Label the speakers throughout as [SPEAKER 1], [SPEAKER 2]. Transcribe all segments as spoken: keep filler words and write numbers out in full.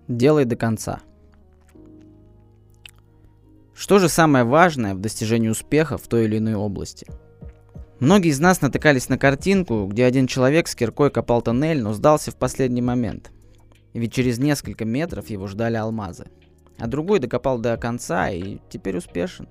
[SPEAKER 1] Делай до конца. Что же самое важное в достижении успеха в той или иной области? Многие из нас натыкались на картинку, где один человек с киркой копал тоннель, но сдался в последний момент. Ведь через несколько метров его ждали алмазы. А другой докопал до конца и теперь успешен.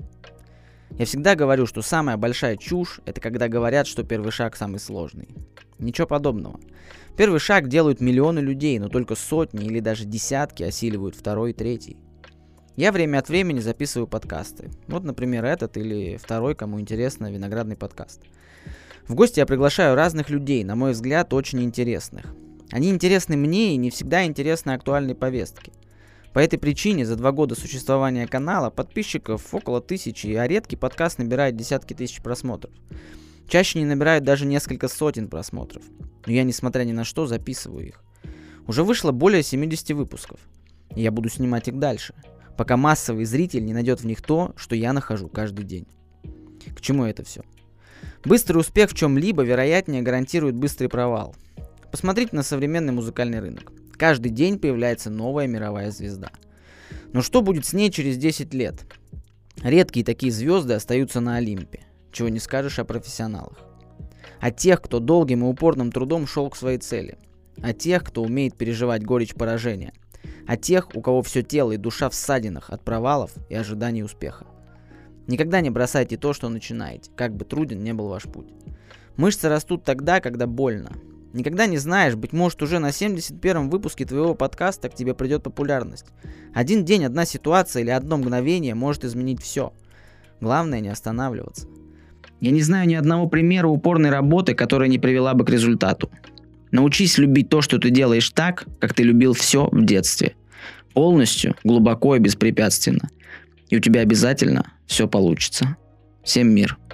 [SPEAKER 1] Я всегда говорю, что самая большая чушь – это когда говорят, что первый шаг самый сложный. Ничего подобного. Первый шаг делают миллионы людей, но только сотни или даже десятки осиливают второй и третий. Я время от времени записываю подкасты. Вот, например, этот или второй, кому интересно, виноградный подкаст. В гости я приглашаю разных людей, на мой взгляд, очень интересных. Они интересны мне и не всегда интересны актуальной повестке. По этой причине за два года существования канала подписчиков около тысячи, а редкий подкаст набирает десятки тысяч просмотров. Чаще не набирают даже несколько сотен просмотров. Но я, несмотря ни на что, записываю их. Уже вышло более семидесяти выпусков. И я буду снимать их дальше, пока массовый зритель не найдет в них то, что я нахожу каждый день. К чему это все? Быстрый успех в чем-либо, вероятнее, гарантирует быстрый провал. Посмотрите на современный музыкальный рынок. Каждый день появляется новая мировая звезда. Но что будет с ней через десять лет? Редкие такие звезды остаются на Олимпе. Чего не скажешь о профессионалах. О тех, кто долгим и упорным трудом шел к своей цели. О тех, кто умеет переживать горечь поражения. О тех, у кого все тело и душа в ссадинах от провалов и ожиданий успеха. Никогда не бросайте то, что начинаете, как бы труден не был ваш путь. Мышцы растут тогда, когда больно. Никогда не знаешь, быть может, уже на семьдесят первом выпуске твоего подкаста к тебе придет популярность. Один день, одна ситуация или одно мгновение может изменить все. Главное не останавливаться. Я не знаю ни одного примера упорной работы, которая не привела бы к результату. Научись любить то, что ты делаешь так, как ты любил все в детстве. Полностью, глубоко и беспрепятственно. И у тебя обязательно все получится. Всем мир.